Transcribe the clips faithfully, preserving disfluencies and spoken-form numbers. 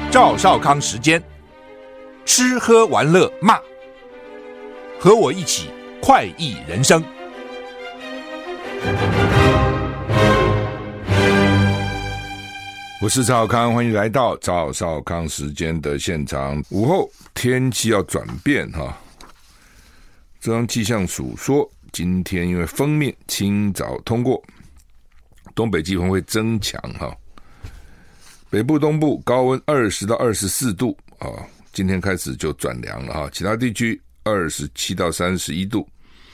赵少康时间，吃喝玩乐骂，和我一起快意人生。 我是赵少康，欢迎来到赵少康时间的现场。午后天气要转变哈，中央气象署说，今天因为锋面清早通过，东北季风会增强哈。北部、东部高温二十到二十四度啊，今天开始就转凉了哈。其他地区二十七到三十一度。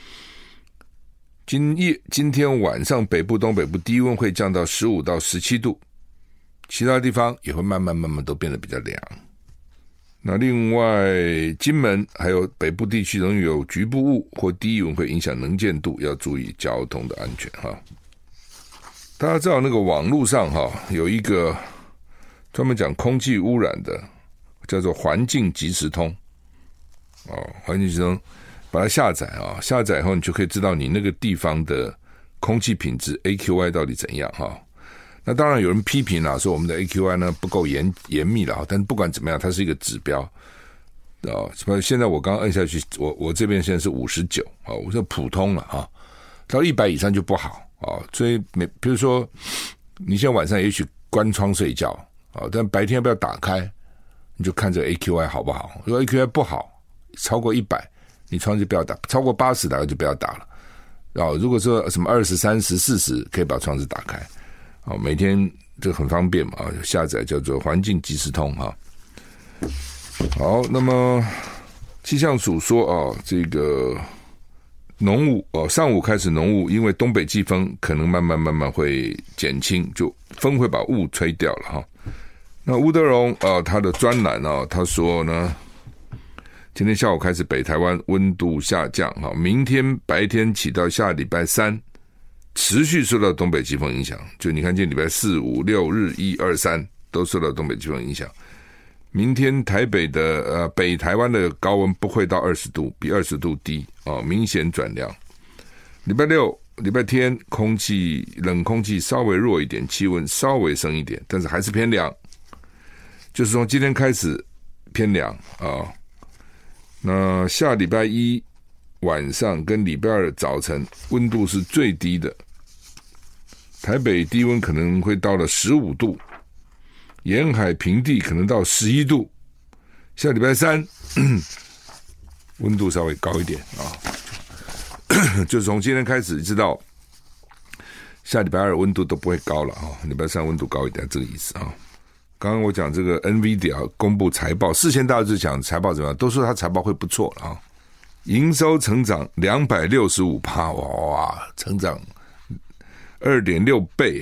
今夜今天晚上北部、东北部低温会降到十五到十七度，其他地方也会慢慢慢慢都变得比较凉。那另外，金门还有北部地区仍有局部雾或低温会影响能见度，要注意交通的安全哈。大家知道那个网络上哈有一个专门讲空气污染的，叫做环境即时通哦，环境即时通，把它下载啊，下载以后你就可以知道你那个地方的空气品质 A Q I 到底怎样哈。那当然有人批评啦，说我们的 A Q I 呢不够严严密了，但不管怎么样，它是一个指标哦。现在我刚刚按下去，我我这边现在是五十九啊，我说普通了哈，到一百以上就不好啊。所以每比如说你现在晚上也许关窗睡觉啊，但白天要不要打开，你就看这个 A Q I 好不好。如果 A Q I 不好，超过一百，你窗就不要打；超过八十，大概就不要打了。哦，如果说什么二十、三十、四十，可以把窗子打开。哦，每天这很方便嘛，下载叫做环境即时通哈。好，那么气象署说啊，这个浓雾哦，上午开始浓雾，因为东北季风可能慢慢慢慢会减轻，就风会把雾吹掉了哈。那吴德荣啊，他的专栏啊，他说呢，今天下午开始北台湾温度下降哈，明天白天起到下礼拜三，持续受到东北季风影响，就你看见礼拜四、五、六日一二三都受到东北季风影响。明天台北的呃北台湾的高温不会到二十度，比二十度低哦，明显转凉。礼拜六、礼拜天空气冷空气稍微弱一点，气温稍微升一点，但是还是偏凉。就是从今天开始偏凉啊、哦。那下礼拜一晚上跟礼拜二早晨温度是最低的。台北低温可能会到了十五度，沿海平地可能到十一度。下礼拜三温度稍微高一点啊，就从今天开始直到下礼拜二温度都不会高了啊，礼拜三温度高一点，这个意思啊。刚刚我讲这个 NVIDIA 公布财报，事先大家就讲财报怎么样，都说它财报会不错了啊，营收成长 百分之两百六十五， 哇，成长二点六 倍。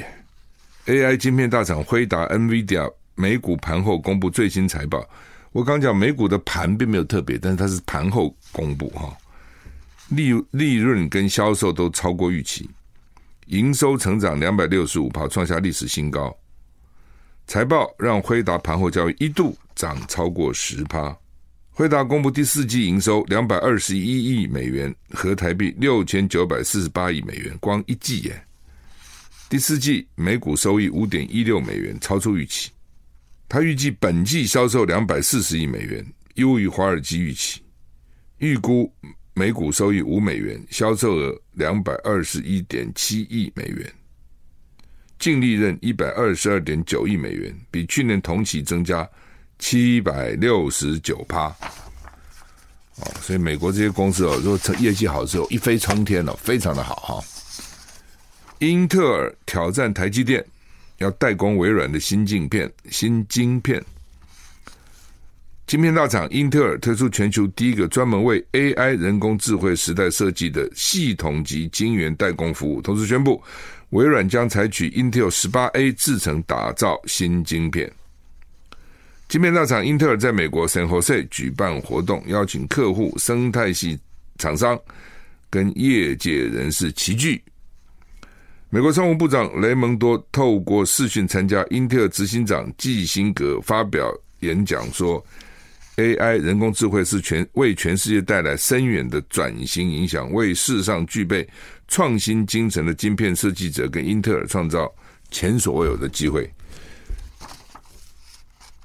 A I 晶片大厂辉达 NVIDIA 美股盘后公布最新财报，我刚讲美股的盘并没有特别，但是它是盘后公布哈，利利润跟销售都超过预期，营收成长 百分之两百六十五， 创下历史新高。财报让辉达盘后交易一度涨超过 百分之十。 辉达公布第四季营收两百二十一亿美元，合台币六千九百四十八亿美元，光一季耶。第四季每股收益 五点一六美元，超出预期。他预计本季销售两百四十亿美元，优于华尔街预期，预估每股收益五美元，销售额两百二十一点七亿美元，净利润 一百二十二点九亿美元，比去年同期增加 百分之七百六十九。 哦，所以美国这些公司哦，如果业绩好之后一飞冲天了，非常的好哈。英特尔挑战台积电，要代工微软的新晶片。新晶片，晶片大厂英特尔推出全球第一个专门为 A I 人工智慧时代设计的系统级晶圆代工服务，同时宣布微软将采取 Intel 十八 A 制程打造新晶片。晶片大厂英特尔在美国 San Jose 举办活动，邀请客户、生态系厂商跟业界人士齐聚。美国商务部长雷蒙多透过视讯参加英特尔执行长基辛格发表演讲说， A I 人工智慧是全为全世界带来深远的转型影响，为世上具备创新精神的晶片设计者跟英特尔创造前所未有的机会。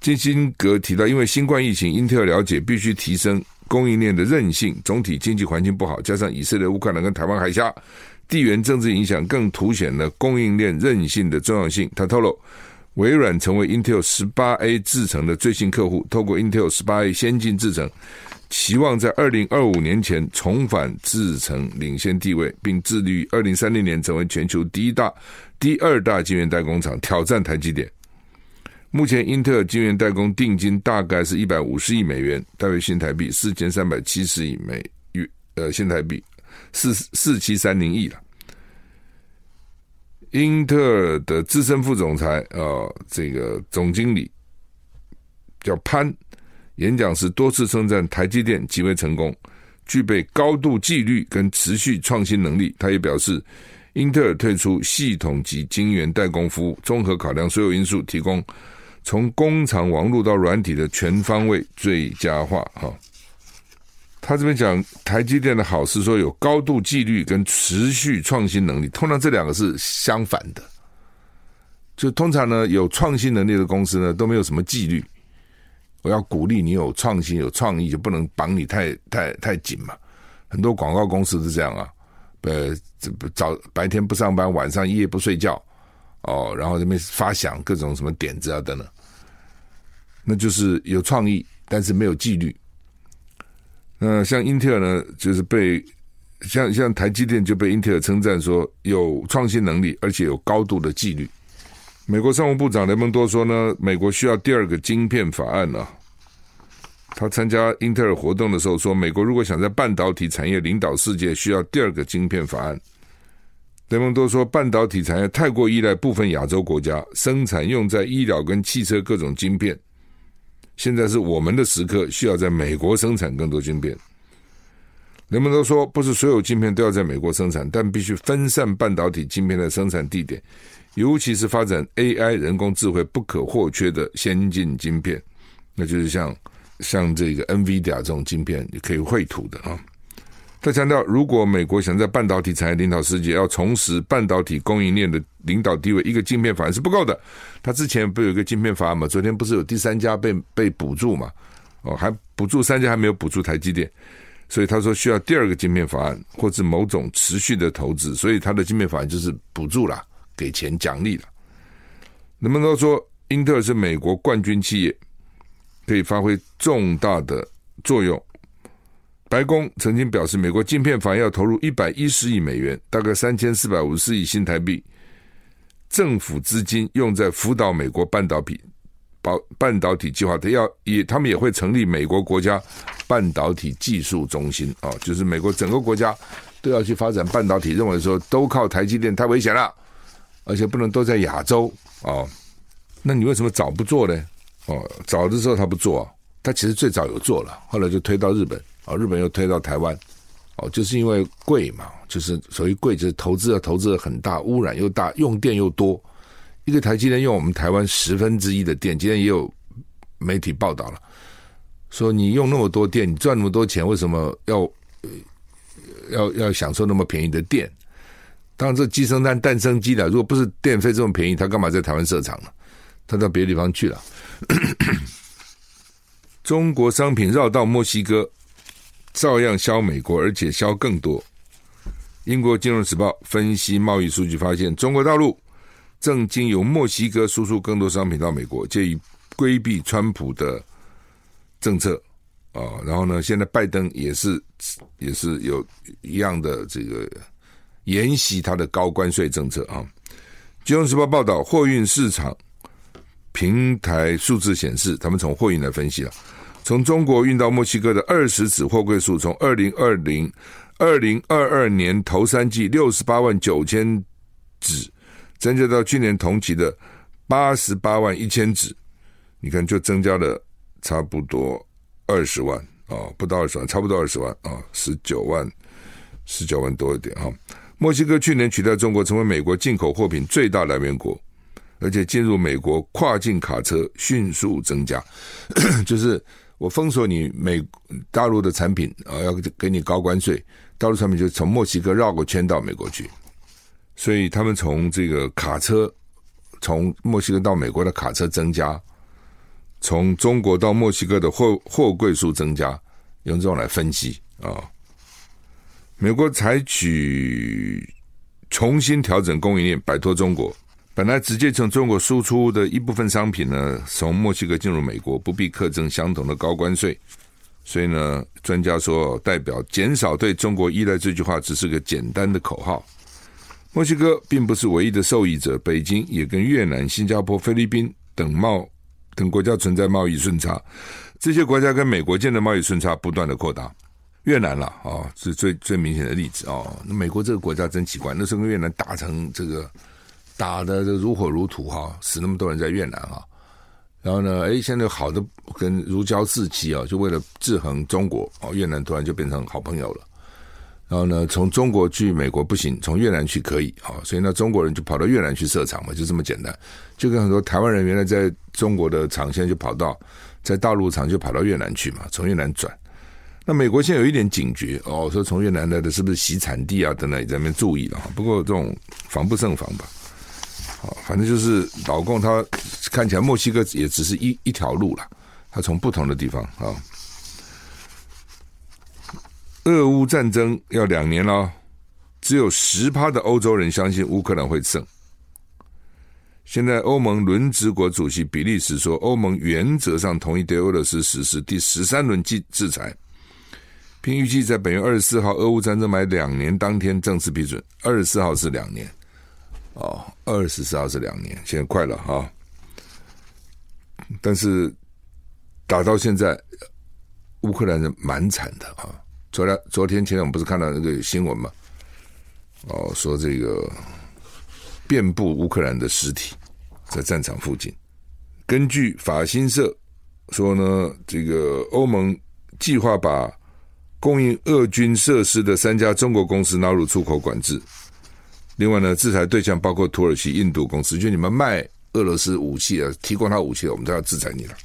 基辛格提到，因为新冠疫情，英特尔了解必须提升供应链的韧性，总体经济环境不好，加上以色列、乌克兰跟台湾海峡地缘政治影响，更凸显了供应链韧性的重要性。他透露，微软成为 Intel 十八 A 制程的最新客户，透过 Intel 十八 A 先进制程，期望在二零二五年前重返制程领先地位，并致力于二零三零年成为全球第一大、第二大晶圆代工厂，挑战台积电。目前英特尔晶圆代工定金大概是一百五十亿美元，大约新台币四千三百七十亿美元，呃，新台币四七三零亿了。英特尔的资深副总裁，呃，这个总经理叫潘，演讲时多次称赞台积电极为成功，具备高度纪律跟持续创新能力。他也表示，英特尔推出系统级晶圆代工服务，综合考量所有因素，提供从工厂网络到软体的全方位最佳化。哈，他这边讲台积电的好是说有高度纪律跟持续创新能力，通常这两个是相反的。就通常呢，有创新能力的公司呢都没有什么纪律。我要鼓励你有创新、有创意，就不能绑你太太太紧嘛。很多广告公司是这样啊，呃，早白天不上班，晚上一夜不睡觉。哦，然后这边发想各种什么点子啊等等，那就是有创意，但是没有纪律。那像英特尔呢，就是被像像台积电就被英特尔称赞说有创新能力，而且有高度的纪律。美国商务部长雷蒙多说呢，美国需要第二个晶片法案啊。他参加英特尔活动的时候说，美国如果想在半导体产业领导世界，需要第二个晶片法案。雷蒙多说，半导体产业太过依赖部分亚洲国家，生产用在医疗跟汽车各种晶片，现在是我们的时刻，需要在美国生产更多晶片。雷蒙多说，不是所有晶片都要在美国生产，但必须分散半导体晶片的生产地点，尤其是发展 A I 人工智慧不可或缺的先进晶片，那就是像像这个 NVIDIA 这种晶片可以绘图的啊。他强调，如果美国想在半导体产业领导世界，要重拾半导体供应链的领导地位，一个晶片法案是不够的。他之前不是有一个晶片法案吗？昨天不是有第三家被被补助嘛？哦，还补助三家，还没有补助台积电，所以他说需要第二个晶片法案，或是某种持续的投资。所以他的晶片法案就是补助啦，给钱奖励啦。人们都说，英特尔是美国冠军企业，可以发挥重大的作用。白宫曾经表示，美国晶片法案要投入一百一十亿美元，大概三千四百五十四亿新台币，政府资金用在辅导美国半导体半导体计划的，要也他们也会成立美国国家半导体技术中心啊、哦，就是美国整个国家都要去发展半导体，认为说都靠台积电太危险了，而且不能都在亚洲哦。那你为什么早不做呢？哦，早的时候他不做啊，他其实最早有做了，后来就推到日本。哦，日本又推到台湾，哦，就是因为贵嘛，就是所谓贵，就是投资投资很大，污染又大，用电又多。一个台积电用我们台湾十分之一的电，今天也有媒体报道了，说你用那么多电，你赚那么多钱，为什么要、呃、要要享受那么便宜的电？当然，这鸡生蛋，蛋生鸡了。如果不是电费这么便宜，他干嘛在台湾设厂呢？他到别的地方去了。中国商品绕到墨西哥，照样销美国，而且销更多。英国金融时报分析贸易数据发现，中国大陆正经由墨西哥输出更多商品到美国，借以规避川普的政策啊。然后呢，现在拜登也是也是有一样的这个沿袭他的高关税政策啊。金融时报报道，货运市场平台数字显示，他们从货运来分析了。从中国运到墨西哥的二十指货柜数，从二零二零、二零二二年头三季六十八万九千指，增加到去年同期的八十八万一千指，你看就增加了差不多二十万啊，不到二十万，差不多二十万啊，十九万，十九万多一点啊。墨西哥去年取代中国成为美国进口货品最大来源国，而且进入美国跨境卡车迅速增加，就是我封锁你美大陆的产品啊，要给你高关税，大陆产品就从墨西哥绕个圈到美国去，所以他们从这个卡车从墨西哥到美国的卡车增加从中国到墨西哥的货货柜数增加，用这种来分析啊。美国采取重新调整供应链，摆脱中国。本来直接从中国输出的一部分商品呢，从墨西哥进入美国不必课征相同的高关税，所以呢，专家说代表减少对中国依赖这句话只是个简单的口号。墨西哥并不是唯一的受益者，北京也跟越南、新加坡、菲律宾等贸等国家存在贸易顺差，这些国家跟美国间的贸易顺差不断的扩大。越南啦，哦，是最最明显的例子哦。那美国这个国家真奇怪，那时候跟越南打成这个打的如火如荼哈，死那么多人在越南哈。然后呢，哎，现在好的跟如胶似漆啊，就为了制衡中国哦，越南突然就变成好朋友了。然后呢，从中国去美国不行，从越南去可以啊，所以呢，中国人就跑到越南去设厂嘛，就这么简单。就跟很多台湾人原来在中国的厂，现在就跑到在大陆厂就跑到越南去嘛，从越南转。那美国现在有一点警觉哦，说从越南来的是不是洗产地啊等等，也在那边注意了。不过这种防不胜防吧。好，反正就是老共他看起来墨西哥也只是一一条路了，他从不同的地方啊。俄乌战争要两年了，只有 百分之十 的欧洲人相信乌克兰会胜。现在欧盟轮值国主席比利时说，欧盟原则上同意对俄罗斯实施第十三轮制裁，并预计在本月二十四号俄乌战争满两年当天正式批准。二十四号是两年哦，二十四号是两年，现在快了哈。但是打到现在，乌克兰人蛮惨的啊。昨天昨天前天我们不是看到那个新闻吗？哦，说这个遍布乌克兰的尸体在战场附近。根据法新社说呢，这个欧盟计划把供应俄军设施的三家中国公司纳入出口管制。另外呢，制裁对象包括土耳其、印度公司，就你们卖俄罗斯武器啊，提供他武器的，我们都要制裁你了。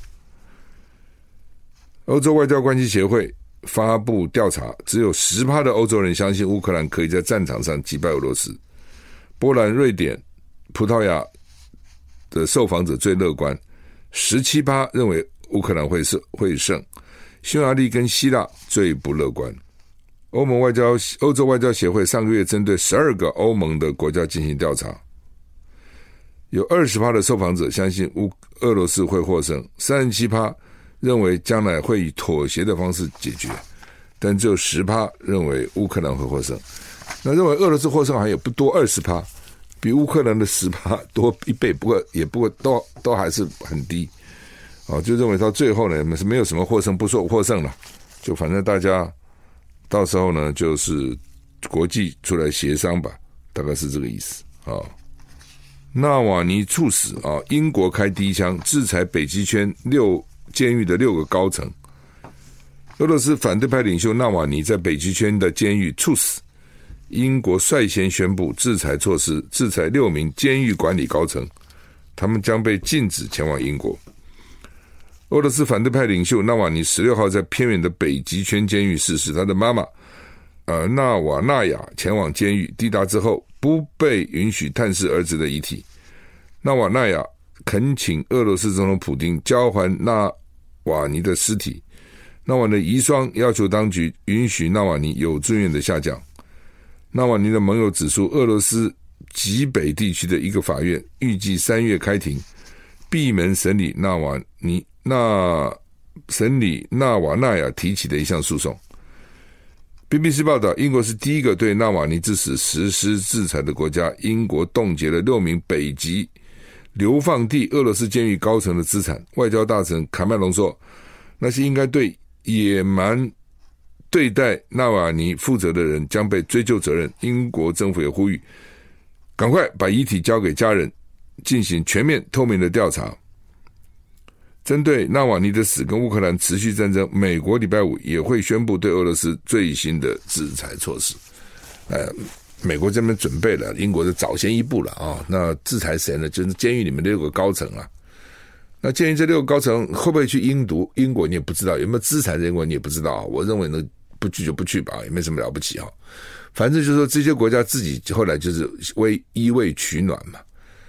欧洲外交关系协会发布调查，只有 百分之十 的欧洲人相信乌克兰可以在战场上击败俄罗斯。波兰、瑞典、葡萄牙的受访者最乐观， 百分之十七 认为乌克兰会胜会胜。匈牙利跟希腊最不乐观。欧盟外交欧洲外交协会上个月针对十二个欧盟的国家进行调查，有 百分之二十 的受访者相信乌俄罗斯会获胜， 三十七 认为将来会以妥协的方式解决，但只有 百分之十 认为乌克兰会获胜。那认为俄罗斯获胜好像也不多 百分之二十， 比乌克兰的 百分之十 多一倍，不过也不过都都还是很低。哦，就认为到最后呢，没有什么获胜不说获胜了，就反正大家到时候呢，就是国际出来协商吧，大概是这个意思啊。纳瓦尼猝死啊，英国开第一枪，制裁北极圈六监狱的六个高层。俄罗斯反对派领袖纳瓦尼在北极圈的监狱猝死，英国率先宣布制裁措施，制裁六名监狱管理高层，他们将被禁止前往英国。俄罗斯反对派领袖纳瓦尼十六号在偏远的北极圈监狱逝世，他的妈妈呃纳瓦纳雅前往监狱，抵达之后不被允许探视儿子的遗体。纳瓦纳雅恳请俄罗斯总统普丁交还纳瓦尼的尸体，纳瓦尼的遗孀要求当局允许纳瓦尼有尊严的下降。纳瓦尼的盟友指出，俄罗斯极北地区的一个法院预计三月开庭，闭门审理纳瓦尼那审理纳瓦纳雅提起的一项诉讼。B B C 报道，英国是第一个对纳瓦尼之死实施制裁的国家。英国冻结了六名北极流放地俄罗斯监狱高层的资产。外交大臣卡麦隆说，那些应该对野蛮对待纳瓦尼负责的人将被追究责任。英国政府也呼吁赶快把遗体交给家人，进行全面透明的调查。针对纳瓦尼的死跟乌克兰持续战争，美国礼拜五也会宣布对俄罗斯最新的制裁措施。呃，美国这边准备了，英国就早先一步了啊。那制裁谁呢？就是监狱里面的六个高层啊。那鉴于这六个高层会不会去英读英国，你也不知道；有没有资产英国，你也不知道。我认为呢，不去就不去吧，也没什么了不起啊。反正就是说，这些国家自己后来就是为依偎取暖嘛。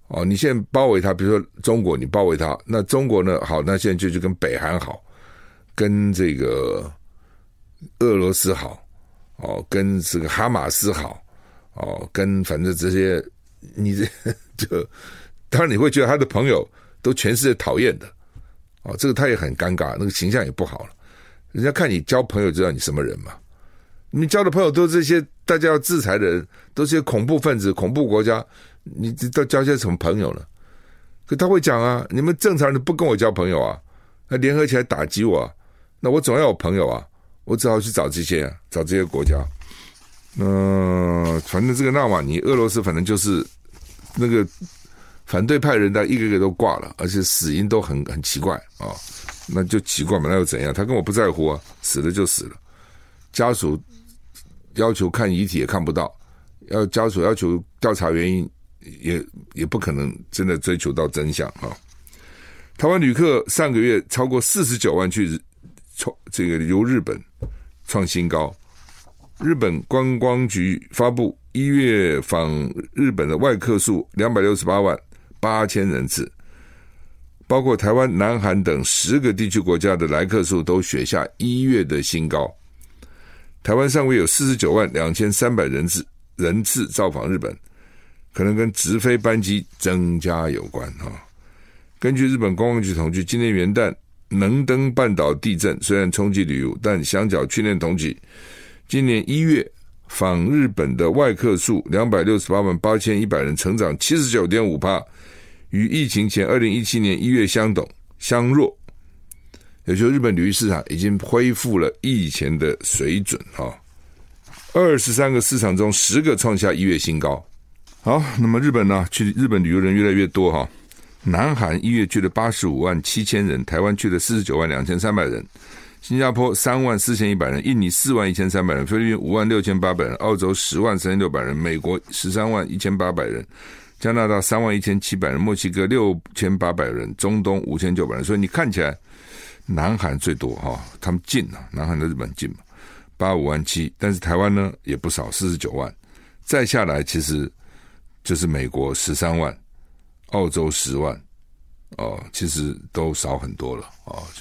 哦，你现在包围他，比如说中国，你包围他，那中国呢？好，那现在就就跟北韩好，跟这个俄罗斯好，哦，跟这个哈马斯好，哦，跟反正这些，你这就当然你会觉得他的朋友都全世界讨厌的，哦，这个他也很尴尬，那个形象也不好了。人家看你交朋友，知道你什么人嘛？你交的朋友都是这些大家要制裁的人，都是些恐怖分子、恐怖国家。你都交些什么朋友呢？可他会讲啊，你们正常人不跟我交朋友啊，那联合起来打击我啊，那我总要有朋友啊，我只好去找这些、啊、找这些国家。呃，反正这个纳瓦尼，俄罗斯反正就是那个反对派人，他一个一个都挂了，而且死因都很很奇怪啊、哦，那就奇怪嘛，那又怎样？他跟我不在乎啊，死了就死了，家属要求看遗体也看不到，要家属要求调查原因。也也不可能真的追求到真相啊！台湾旅客上个月超过四十九万去这个游日本，创新高。日本观光局发布一月访日本的外客数两百六十八万八千人次，包括台湾、南韩等十个地区国家的来客数都写下一月的新高。台湾上个月有四十九万两千三百人次人次造访日本。可能跟直飞班机增加有关哈。根据日本观光局统计，今年元旦能登半岛地震虽然冲击旅游，但相较去年同期，今年一月访日本的外客数两百六十八万八千一百人，成长 百分之七十九点五， 与疫情前二零一七年一月相等相若。也就是日本旅游市场已经恢复了以前的水准哈。二十三个市场中十个创下一月新高。好，那么日本呢？去日本旅游人越来越多哈。南韩一月去了八十五万七千人，台湾去了四十九万两千三百人，新加坡三万四千一百人，印尼四万一千三百人，菲律宾五万六千八百人，澳洲十万三千六百人，美国十三万一千八百人，加拿大三万一千七百人，墨西哥六千八百人，中东五千九百人。所以你看起来南韩最多哈，他们近啊，南韩的日本近嘛，八五万七，但是台湾呢也不少，四十九万，再下来其实。就是美国十三万，澳洲十万，哦，其实都少很多了哦。就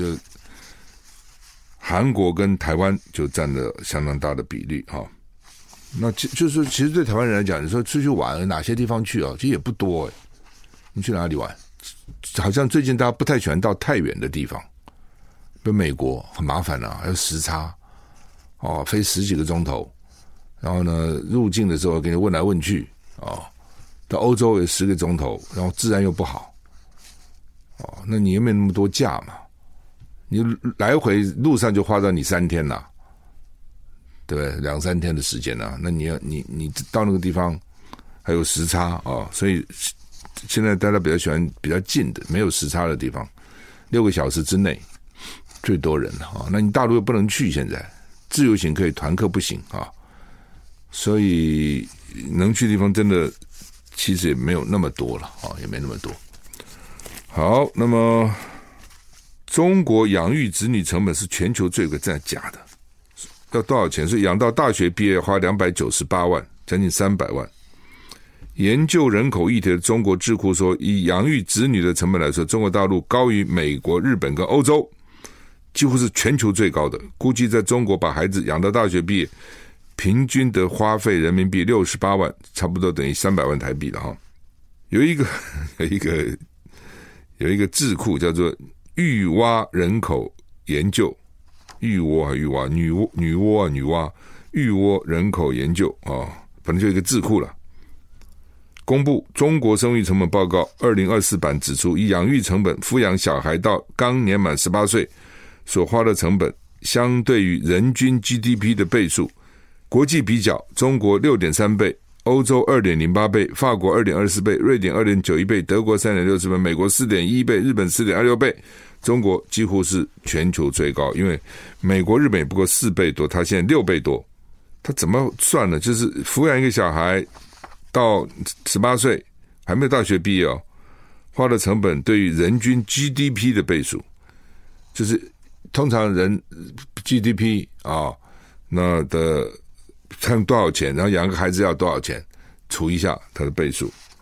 韩国跟台湾就占了相当大的比例哈、哦。那就是其实对台湾人来讲，你说出去玩哪些地方去啊？其实也不多诶。你去哪里玩？好像最近大家不太喜欢到太远的地方，比如美国很麻烦啊，还有时差哦，飞十几个钟头，然后呢入境的时候给你问来问去哦。到欧洲有十个钟头，然后治安又不好，哦，那你又没那么多假嘛？你来回路上就花到你三天啦，对不对？两三天的时间啦，那你要你你到那个地方还有时差啊、哦，所以现在大家比较喜欢比较近的，没有时差的地方，六个小时之内最多人了啊、哦。那你大陆又不能去，现在自由行可以，团客不行啊、哦，所以能去的地方真的。其实也没有那么多了啊，也没那么多。好，那么中国养育子女成本是全球最贵，真的假的？要多少钱？是养到大学毕业花两百九十八万，将近三百万。研究人口议题的中国智库说，以养育子女的成本来说，中国大陆高于美国、日本跟欧洲，几乎是全球最高的。估计在中国把孩子养到大学毕业。平均的花费人民币六十八万，差不多等于三百万台币了哈。有一个有一个有一个智库叫做育蛙人口研究，育窝啊育蛙女窝女窝啊女蛙育窝人口研究啊，反正就一个智库了。公布中国生育成本报告二零二四版指出，以养育成本抚养小孩到刚年满十八岁所花的成本，相对于人均 G D P 的倍数。国际比较，中国 六点三倍，欧洲 二点零八倍，法国 二点二四倍，瑞典 二点九一倍，德国 三点六四倍，美国 四点一倍，日本 四点二六倍，中国几乎是全球最高，因为美国日本也不过四倍多，它现在六倍多。它怎么算呢？就是抚养一个小孩到十八岁还没有大学毕业哦，花的成本对于人均 G D P 的倍数，就是通常人 G D P 啊，那的看多少钱，然后养个孩子要多少钱，除一下它的倍数，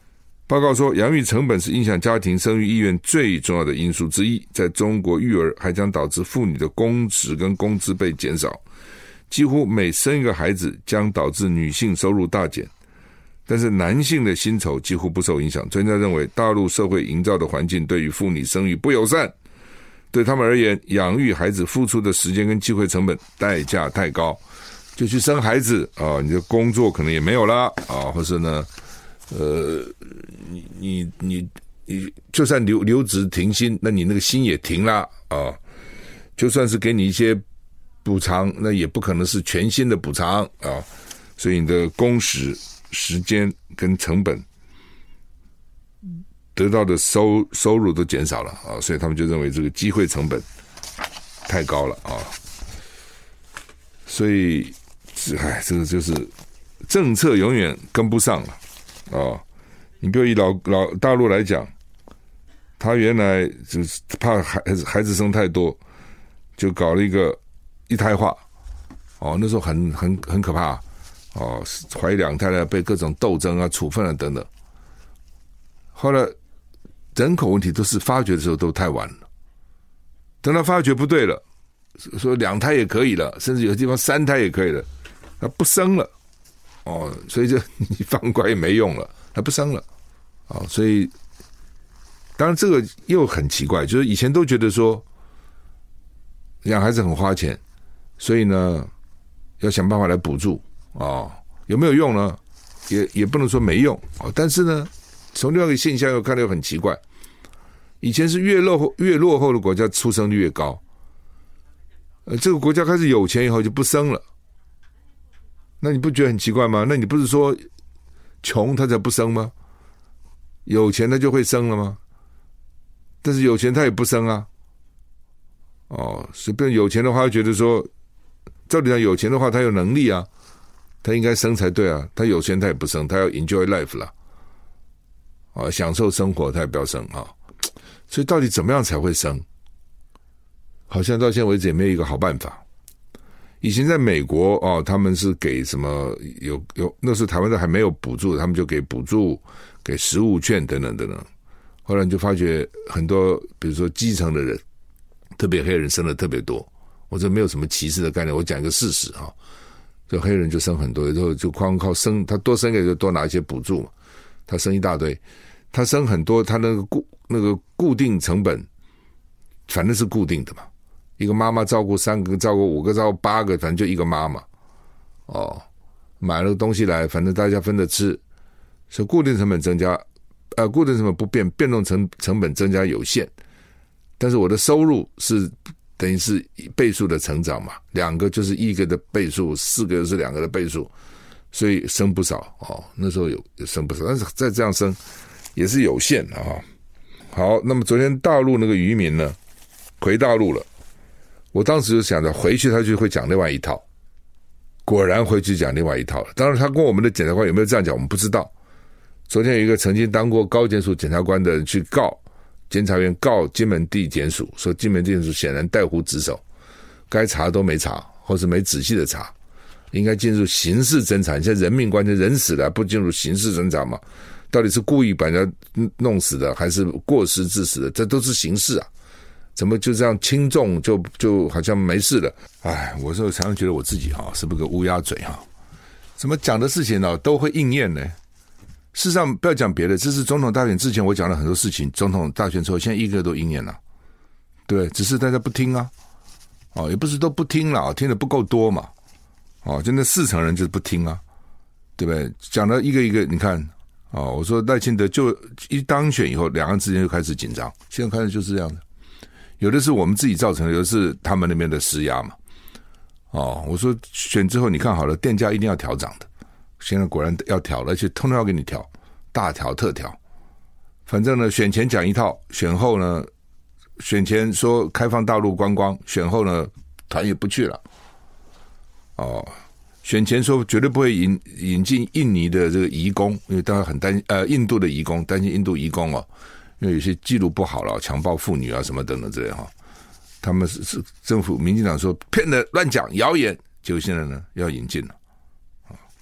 报告说，养育成本是影响家庭生育意愿最重要的因素之一。在中国，育儿还将导致妇女的工时跟工资被减少，几乎每生一个孩子将导致女性收入大减。但是男性的薪酬几乎不受影响。专家认为，大陆社会营造的环境对于妇女生育不友善，对他们而言，养育孩子付出的时间跟机会成本代价太高，就去生孩子啊，你的工作可能也没有啦啊，或是呢，呃，你你你你就算留留职停薪，那你那个薪也停了啊。就算是给你一些补偿，那也不可能是全薪的补偿啊。所以你的工时、时间跟成本得到的收收入都减少了啊，所以他们就认为这个机会成本太高了啊。所以，哎，这个就是政策永远跟不上了啊。你比如以老老大陆来讲，他原来就是怕孩子孩子生太多，就搞了一个一胎化，哦，那时候很很很可怕哦，怀两胎了被各种斗争啊、处分啊等等。后来人口问题都是发觉的时候都太晚了，等他发觉不对了，说两胎也可以了，甚至有的地方三胎也可以了，他不生了，哦，所以就你放乖也没用了，他不生了，哦，所以当然这个又很奇怪，就是以前都觉得说养孩子很花钱，所以呢要想办法来补助哦，有没有用呢？也也不能说没用哦，但是呢，从另外一个现象又看到又很奇怪，以前是越落后越落后的国家出生率越高，呃，这个国家开始有钱以后就不生了，那你不觉得很奇怪吗？那你不是说穷他才不生吗？有钱他就会生了吗？但是有钱他也不生啊，哦，随便有钱的话，觉得说，照理讲有钱的话，他有能力啊，他应该生才对啊。他有钱他也不生，他要 enjoy life 啦，啊，享受生活，他也不要生啊。所以到底怎么样才会生？好像到现在为止也没有一个好办法。以前在美国哦，他们是给什么有有，那时候台湾的还没有补助，他们就给补助、给食物券等等等等。后来你就发觉很多，比如说基层的人，特别黑人生的特别多。我这没有什么歧视的概念，我讲一个事实哈。就黑人就生很多，然后就光靠生，他多生一个就多拿一些补助嘛。他生一大堆，他生很多，他那个固那个固定成本，反正是固定的嘛。一个妈妈照顾三个，照顾五个，照顾八个，反正就一个妈妈。哦，买了东西来，反正大家分着吃，所以固定成本增加。呃，固定成本不变，变动成成本增加有限，但是我的收入是等于是倍数的成长嘛，两个就是一个的倍数，四个是两个的倍数，所以生不少哦。那时候有有生不少，但是再这样生也是有限的啊。好，那么昨天大陆那个渔民呢，回大陆了，我当时就想着回去他就会讲另外一套，果然回去讲另外一套了。当然他跟我们的检察官有没有这样讲，我们不知道。昨天有一个曾经当过高检署检察官的人去告监察院，告金门地检署，说金门地检署显然带忽职守，该查都没查，或是没仔细的查，应该进入刑事侦查。现在人命关天，人死了不进入刑事侦查吗？到底是故意把人家弄死的，还是过失致死的？这都是刑事啊，怎么就这样轻重就就好像没事了？哎，我说常常觉得我自己哈是不是个乌鸦嘴哈？怎么讲的事情呢都会应验呢？事实上，不要讲别的，这是总统大选之前我讲了很多事情，总统大选之后，现在一个都应验了，对，只是大家不听啊，哦，也不是都不听了，听的不够多嘛，哦，就那四成人就是不听啊，对不对？讲了一个一个，你看，哦，我说赖清德就一当选以后，两岸之间就开始紧张，现在开始就是这样的，有的是我们自己造成的，有的是他们那边的施压嘛，哦，我说选之后你看好了，电价一定要调涨的。现在果然要调了，而且通通要给你调，大调特调。反正呢，选前讲一套，选后呢，选前说开放大陆观光，选后呢，团也不去了。哦，选前说绝对不会引引进印尼的这个移工，因为大家很担心，呃，印度的移工，担心印度移工哦，因为有些记录不好了，强暴妇女啊什么等等之类哈。他们是是政府民进党说骗的乱讲谣言，结果现在呢要引进了。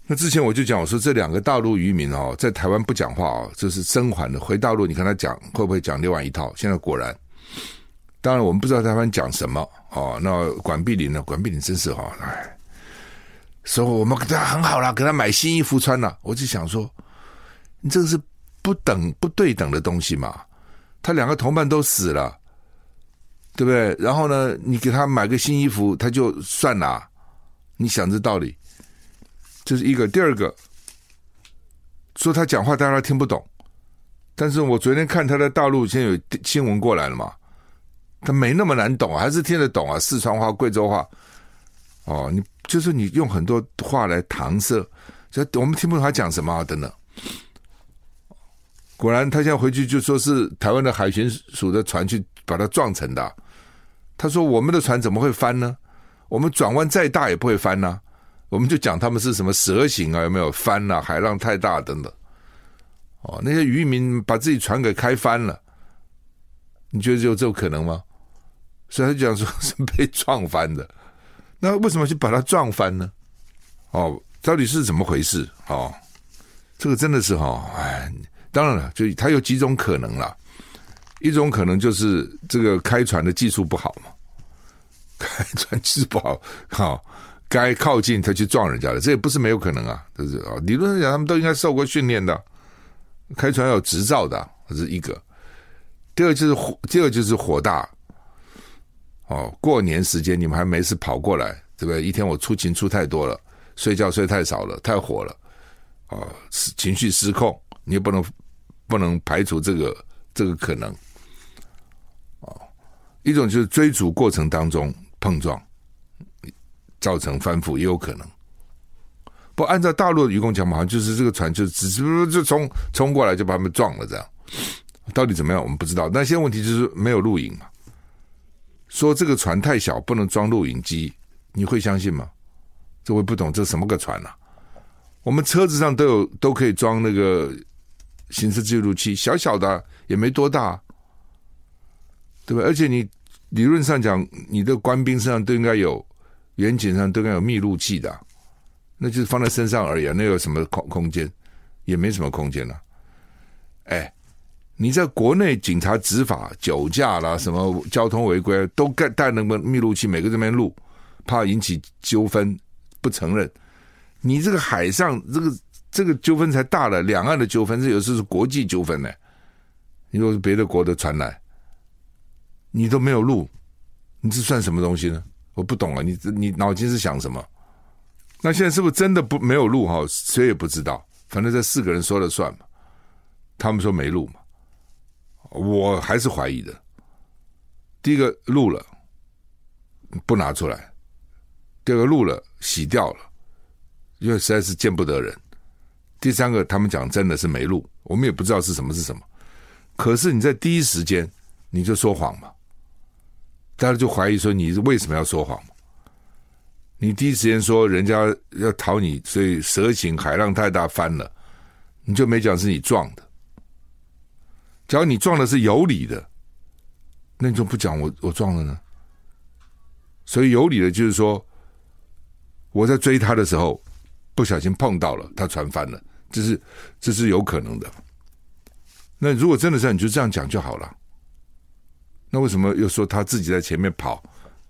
那之前我就讲，我说这两个大陆渔民哦，在台湾不讲话哦，这是生还的。回大陆你看他讲会不会讲另外一套？现在果然，当然我们不知道台湾讲什么哦。那管碧玲呢？管碧玲真是哈，哎，说我们给他很好啦，给他买新衣服穿啦。我就想说，你这个是不等不对等的东西嘛？他两个同伴都死了，对不对？然后呢，你给他买个新衣服，他就算啦。你想这道理，这是一个。第二个，说他讲话大家听不懂，但是我昨天看他在大陆现在有新闻过来了嘛，他没那么难懂，还是听得懂啊，四川话、贵州话。哦，你就是你用很多话来搪塞，就我们听不懂他讲什么啊，等等。果然他现在回去就说是台湾的海巡署的船去把他撞成的。他说我们的船怎么会翻呢？我们转弯再大也不会翻啊。我们就讲他们是什么蛇形啊，有没有翻啊，海浪太大等等。哦，那些渔民把自己船给开翻了，你觉得有这种可能吗？所以他就讲说是被撞翻的。那为什么去把它撞翻呢？哦，到底是怎么回事？哦，这个真的是哦，哎。当然了，就它有几种可能啦。一种可能就是这个开船的技术不好嘛，开船技术不好，好，该靠近他去撞人家的，这也不是没有可能啊。就是啊，理论上讲，他们都应该受过训练的，开船要有执照的，这是一个。第二就是火，第二就是火大。哦，过年时间你们还没事跑过来，对不对？一天我出勤出太多了，睡觉睡太少了，太火了，啊，情绪失控。你也不能不能排除这个这个可能，哦，一种就是追逐过程当中碰撞，造成翻覆也有可能。不按照大陆的渔工讲法，好像就是这个船就只是就冲冲过来就把他们撞了这样，到底怎么样我们不知道。但现在问题就是没有录影嘛，说这个船太小不能装录影机，你会相信吗？这我不懂，这什么个船啊？我们车子上都有都可以装那个行车记录器，小小的也没多大，对吧？而且你理论上讲，你的官兵身上都应该有，远景上都应该有密录器的，那就是放在身上而已，那有什么空空间？也没什么空间了、啊。哎，你在国内警察执法，酒驾啦，什么交通违规，都带那个密录器，每个这边录，怕引起纠纷，不承认。你这个海上这个。这个纠纷才大了，两岸的纠纷，这有时是国际纠纷呢。你如果是别的国的船来，你都没有录，你这算什么东西呢？我不懂啊，你你脑筋是想什么？那现在是不是真的不没有录哈？谁也不知道，反正这四个人说了算嘛。他们说没录嘛，我还是怀疑的。第一个录了，不拿出来；第二个录了，洗掉了，因为实在是见不得人。第三个，他们讲真的是没录，我们也不知道是什么是什么。可是你在第一时间你就说谎嘛，大家就怀疑说你为什么要说谎嘛？你第一时间说人家要讨你，所以蛇形海浪太大翻了，你就没讲是你撞的。假如你撞的是有理的，那你就不讲我我撞了呢？所以有理的就是说，我在追他的时候不小心碰到了，他船翻了。这是这是有可能的。那如果真的是，你就这样讲就好了。那为什么又说他自己在前面跑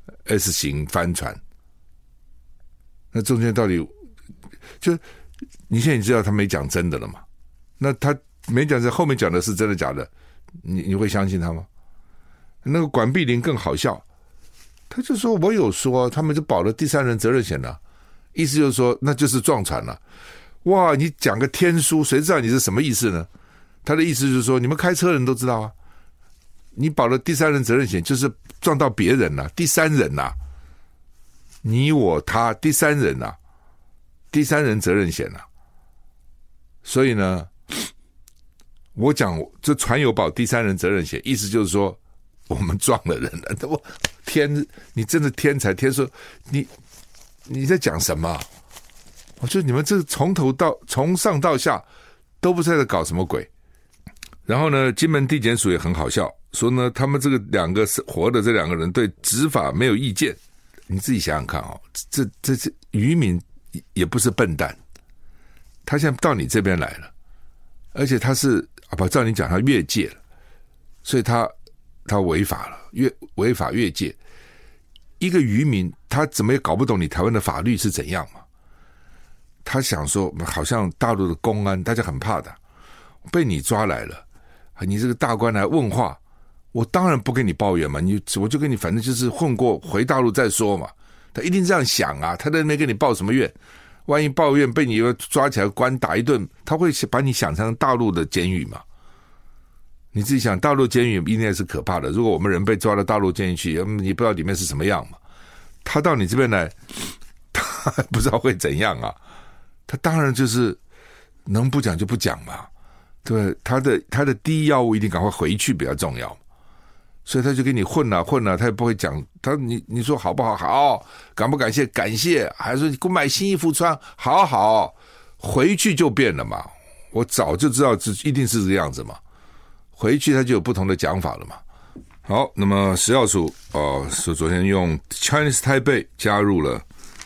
S 型翻船？那中间到底就你现在你知道他没讲真的了嘛？那他没讲真，后面讲的是真的假的？你你会相信他吗？那个管碧玲更好笑，他就说我有说，他们就保了第三人责任险了，意思就是说那就是撞船了。哇，你讲个天书，谁知道你是什么意思呢？他的意思就是说，你们开车的人都知道啊，你保了第三人责任险，就是撞到别人了，第三人呐、啊，你我他，第三人呐、啊，第三人责任险呐、啊。所以呢，我讲这船有保第三人责任险，意思就是说我们撞了人了。我天，你真的天才天说，你你在讲什么？我觉得你们这从头到从上到下都不知道在搞什么鬼。然后呢，金门地检署也很好笑，说呢他们这个两个活的这两个人对执法没有意见。你自己想想看哦，这这这渔民也不是笨蛋， 他现在到你这边来了，而且他是啊，不照你讲，他越界了，所以他他违法了，越违法越界。一个渔民他怎么也搞不懂你台湾的法律是怎样嘛？他想说，好像大陆的公安大家很怕的，被你抓来了，你这个大官来问话，我当然不跟你抱怨嘛，你我就跟你反正就是混过回大陆再说嘛。他一定这样想啊，他在那边跟你抱什么怨？万一抱怨被你抓起来关打一顿，他会把你想成大陆的监狱嘛？你自己想，大陆监狱应该是可怕的。如果我们人被抓到大陆监狱去，你不知道里面是什么样嘛？他到你这边来，他不知道会怎样啊？他当然就是能不讲就不讲嘛，对不对？他的他的第一要务一定赶快回去比较重要。所以他就跟你混啊混啊，他也不会讲。他你你说好不好？好，感不感谢？感谢。还是你给我买新衣服穿？好好，回去就变了嘛。我早就知道这一定是这个样子嘛。回去他就有不同的讲法了嘛。好，那么食药署哦，说昨天用 Chinese Taipei 加入了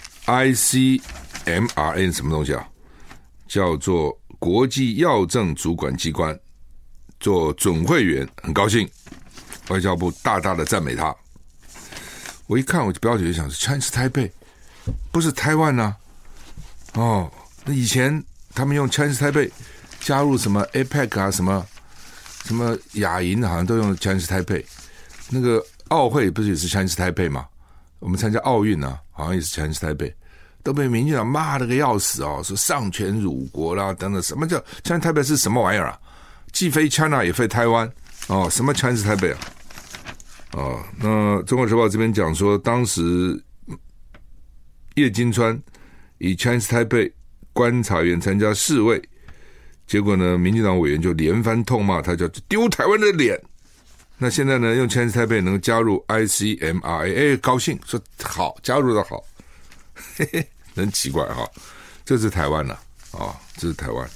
I C M R N 什么东西啊？叫做国际药政主管机关，做准会员，很高兴。外交部大大的赞美他。我一看我就标题就想是 Chinese Taipei 不是台湾啊。哦，那以前他们用 Chinese Taipei 加入什么 A P E C 啊，什么什么亚银好像都用 Chinese Taipei。那个奥会不是也是 Chinese Taipei 吗？我们参加奥运啊，好像也是 Chinese Taipei， 都被民进党骂了个要死哦，说丧权辱国啦等等。什么叫 Chinese Taipei 是什么玩意儿啊？既非 China 也非台湾哦，什么 Chinese Taipei 啊？哦，那中国时报这边讲说，当时叶金川以 Chinese Taipei 观察员参加示威，结果呢，民进党委员就连番痛骂他，叫丢台湾的脸。那现在呢，用 Chinese Taipei 能加入 I C M R A， 哎，高兴，说好，加入的好，嘿嘿，很奇怪哈、哦，这是台湾了啊、哦，这是台湾，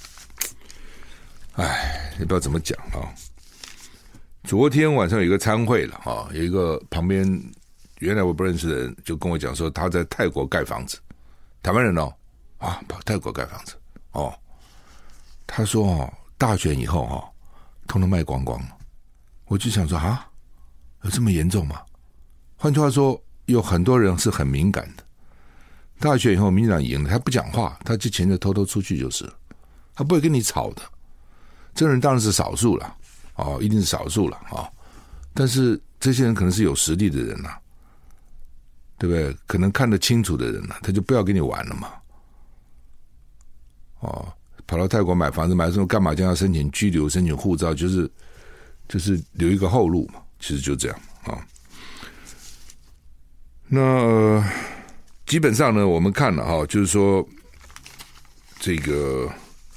哎，也不知道怎么讲啊、哦。昨天晚上有一个参会了啊，有一个旁边原来我不认识的人就跟我讲说他在泰国盖房子，台湾人哦啊，跑泰国盖房子哦，他说哦，大选以后哦，通通卖光光了。我就想说啊，有这么严重吗？换句话说，有很多人是很敏感的。大选以后，民进党赢了，他不讲话，他就钱就偷偷出去就是了，他不会跟你吵的。这人当然是少数了。哦，一定是少数了啊、哦！但是这些人可能是有实力的人呐、啊，对不对？可能看得清楚的人呐、啊，他就不要跟你玩了嘛。哦，跑到泰国买房子，买什么干嘛？将要申请居留、申请护照，就是就是留一个后路嘛。其实就这样啊、哦。那、呃、基本上呢，我们看了哈、哦，就是说这个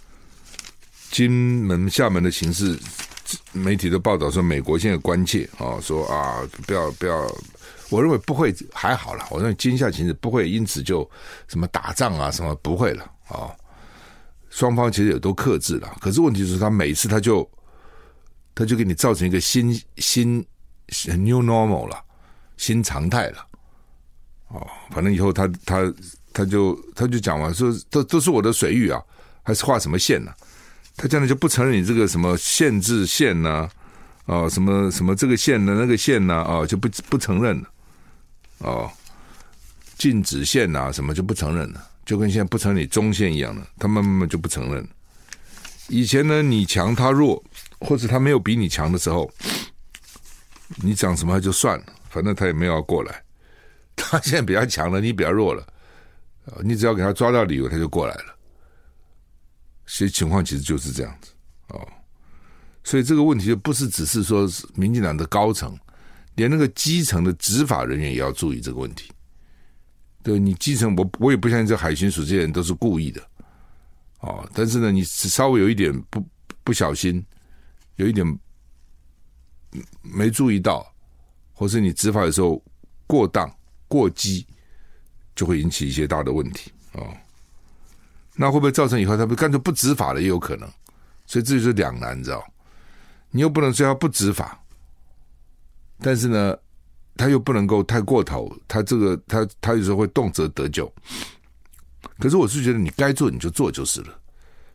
金门、厦门的形势。媒体的报道说，美国现在关切啊，说啊，不要不要，我认为不会，还好啦，我认为今夏情势不会因此就什么打仗啊，什么不会了啊。双方其实也都克制了，可是问题是，他每次他就他就给你造成一个新新 new normal 了，新常态了。哦，反正以后他他他就他就讲完说，都都是我的水域啊，还是画什么线呢、啊？他这样就不承认你这个什么限制线呐、啊，哦，什么什么这个线呢、那个线呐、啊，哦，就不不承认了，哦，禁止线呐、啊，什么就不承认了，就跟现在不承认你中线一样的，他慢慢就不承认了。以前呢，你强他弱，或者他没有比你强的时候，你讲什么就算了，反正他也没有要过来。他现在比较强了，你比较弱了，你只要给他抓到理由，他就过来了。其实情况其实就是这样子哦，所以这个问题就不是只是说民进党的高层，连那个基层的执法人员也要注意这个问题。对，你基层，我我也不相信这海巡署这些人都是故意的哦，但是呢，你稍微有一点不不小心，有一点没注意到，或是你执法的时候过当过激，就会引起一些大的问题哦。那会不会造成以后他们干脆不执法了也有可能，所以这就是两难，你知道？你又不能说他不执法，但是呢，他又不能够太过头，他这个他他有时候会动辄得咎。可是我是觉得你该做你就做就是了，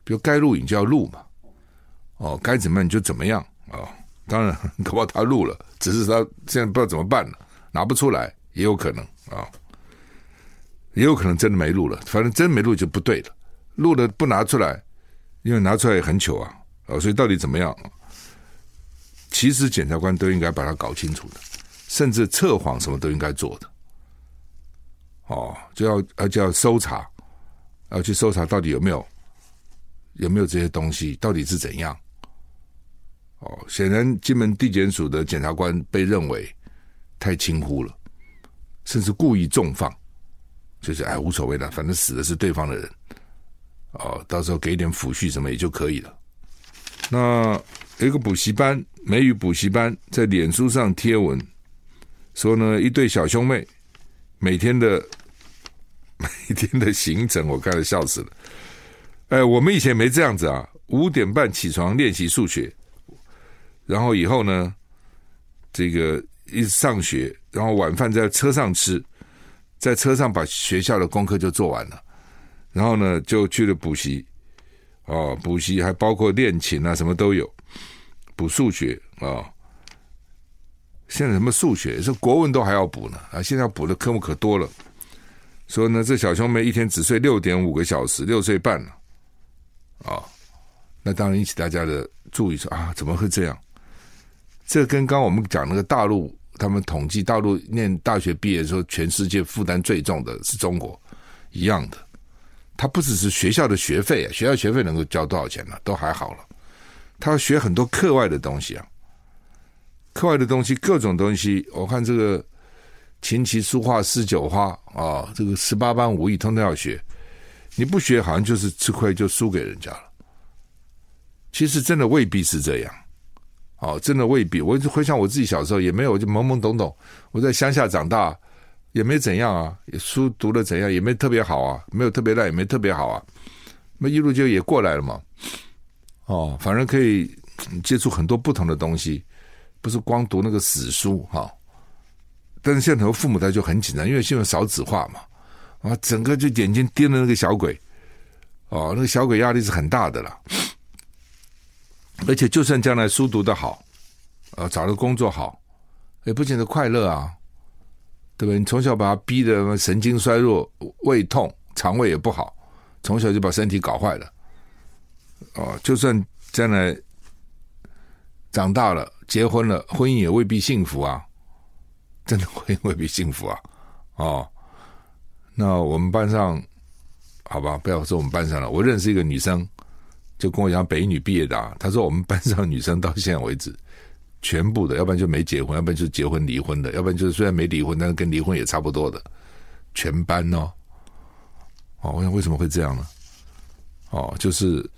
比如该录影就要录嘛，哦，该怎么样你就怎么样啊、哦。当然，搞不好他录了，只是他现在不知道怎么办了，拿不出来，也有可能啊、哦，也有可能真的没录了，反正真没录就不对了，录了不拿出来，因为拿出来也很糗啊，哦，所以到底怎么样？其实检察官都应该把它搞清楚的，甚至测谎什么都应该做的，哦，就要而且要搜查，要去搜查到底有没有有没有这些东西，到底是怎样。哦，显然金门地检署的检察官被认为太轻忽了，甚至故意重放，就是哎无所谓了，反正死的是对方的人，哦，到时候给一点抚恤什么也就可以了。那有一个补习班，美语补习班在脸书上贴文说呢，一对小兄妹每天的每天的行程，我看了笑死了。哎，我们以前没这样子啊，五点半起床练习数学。然后以后呢，这个一直上学，然后晚饭在车上吃，在车上把学校的功课就做完了，然后呢就去了补习，哦，补习还包括练琴啊，什么都有，补数学啊、哦。现在什么数学，是国文都还要补呢啊！现在要补的科目可多了。说呢，这小兄妹一天只睡六点五个小时，六岁半了，啊、哦，那当然引起大家的注意说啊，怎么会这样？这跟刚刚我们讲那个大陆，他们统计大陆念大学毕业的时候，全世界负担最重的是中国一样的。他不只是学校的学费啊，学校学费能够交多少钱呢、啊？都还好了。他要学很多课外的东西啊，课外的东西，各种东西。我看这个琴棋书画诗酒花啊，这个十八般武艺通通要学。你不学，好像就是吃亏，就输给人家了。其实真的未必是这样。哦，真的未必。我回想我自己小时候也没有，就懵懵懂懂。我在乡下长大，也没怎样啊，书读的怎样，也没特别好啊，没有特别烂，也没特别好啊。那一路就也过来了嘛。哦，反正可以接触很多不同的东西，不是光读那个死书哈、哦。但是现在很多父母他就很紧张，因为现在少子化嘛，啊，整个就眼睛盯着那个小鬼，哦，那个小鬼压力是很大的啦。而且就算将来书读得好，呃，找到工作好，也不见得快乐啊，对不对？你从小把他逼得神经衰弱、胃痛、肠胃也不好，从小就把身体搞坏了。哦，就算将来长大了、结婚了，婚姻也未必幸福啊，真的婚姻未必幸福啊。哦，那我们班上，好吧，不要说我们班上了，我认识一个女生。就跟我讲北一女毕业的、啊，她说我们班上的女生到现在为止，全部的，要不然就没结婚，要不然就是结婚离婚的，要不然就是虽然没离婚，但是跟离婚也差不多的，全班哦。哦，我想为什么会这样呢？哦，就是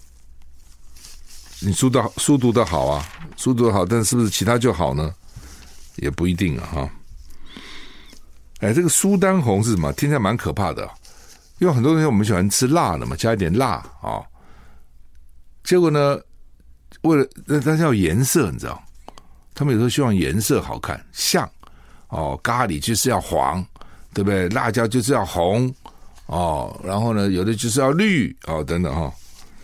你书的书读得好啊，书读得好，但是不是其他就好呢？也不一定啊哈。哎，这个苏丹红是什么？听起来蛮可怕的、啊，因为很多东西我们喜欢吃辣的嘛，加一点辣啊。哦，结果呢，为了但是要颜色，你知道，他们有时候希望颜色好看，像哦，咖喱就是要黄，对不对？辣椒就是要红哦，然后呢，有的就是要绿哦，等等哈、哦。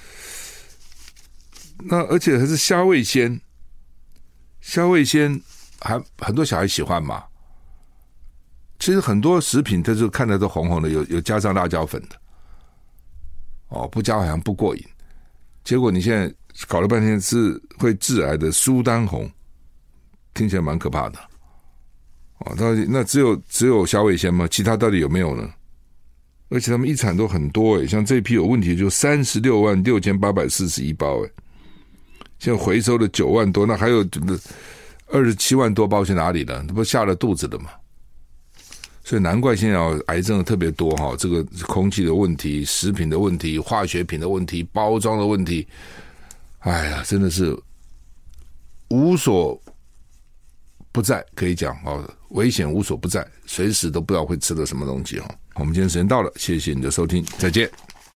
那而且还是虾味鲜，虾味鲜还很多小孩喜欢嘛。其实很多食品它就看着都红红的，有有加上辣椒粉的，哦，不加好像不过瘾。结果你现在搞了半天是会致癌的苏丹红，听起来蛮可怕的。哦，到底那只有只有虾味鲜吗？其他到底有没有呢？而且他们一产都很多诶，像这批有问题就三十六万六千八百四十一包诶，现在回收了九万多，那还有二十七万多包去哪里了？那不下了肚子了吗？所以难怪现在癌症特别多哈，这个空气的问题、食品的问题、化学品的问题、包装的问题，哎呀，真的是无所不在，可以讲哦，危险无所不在，随时都不知道会吃的什么东西哈。我们今天时间到了，谢谢你的收听，再见。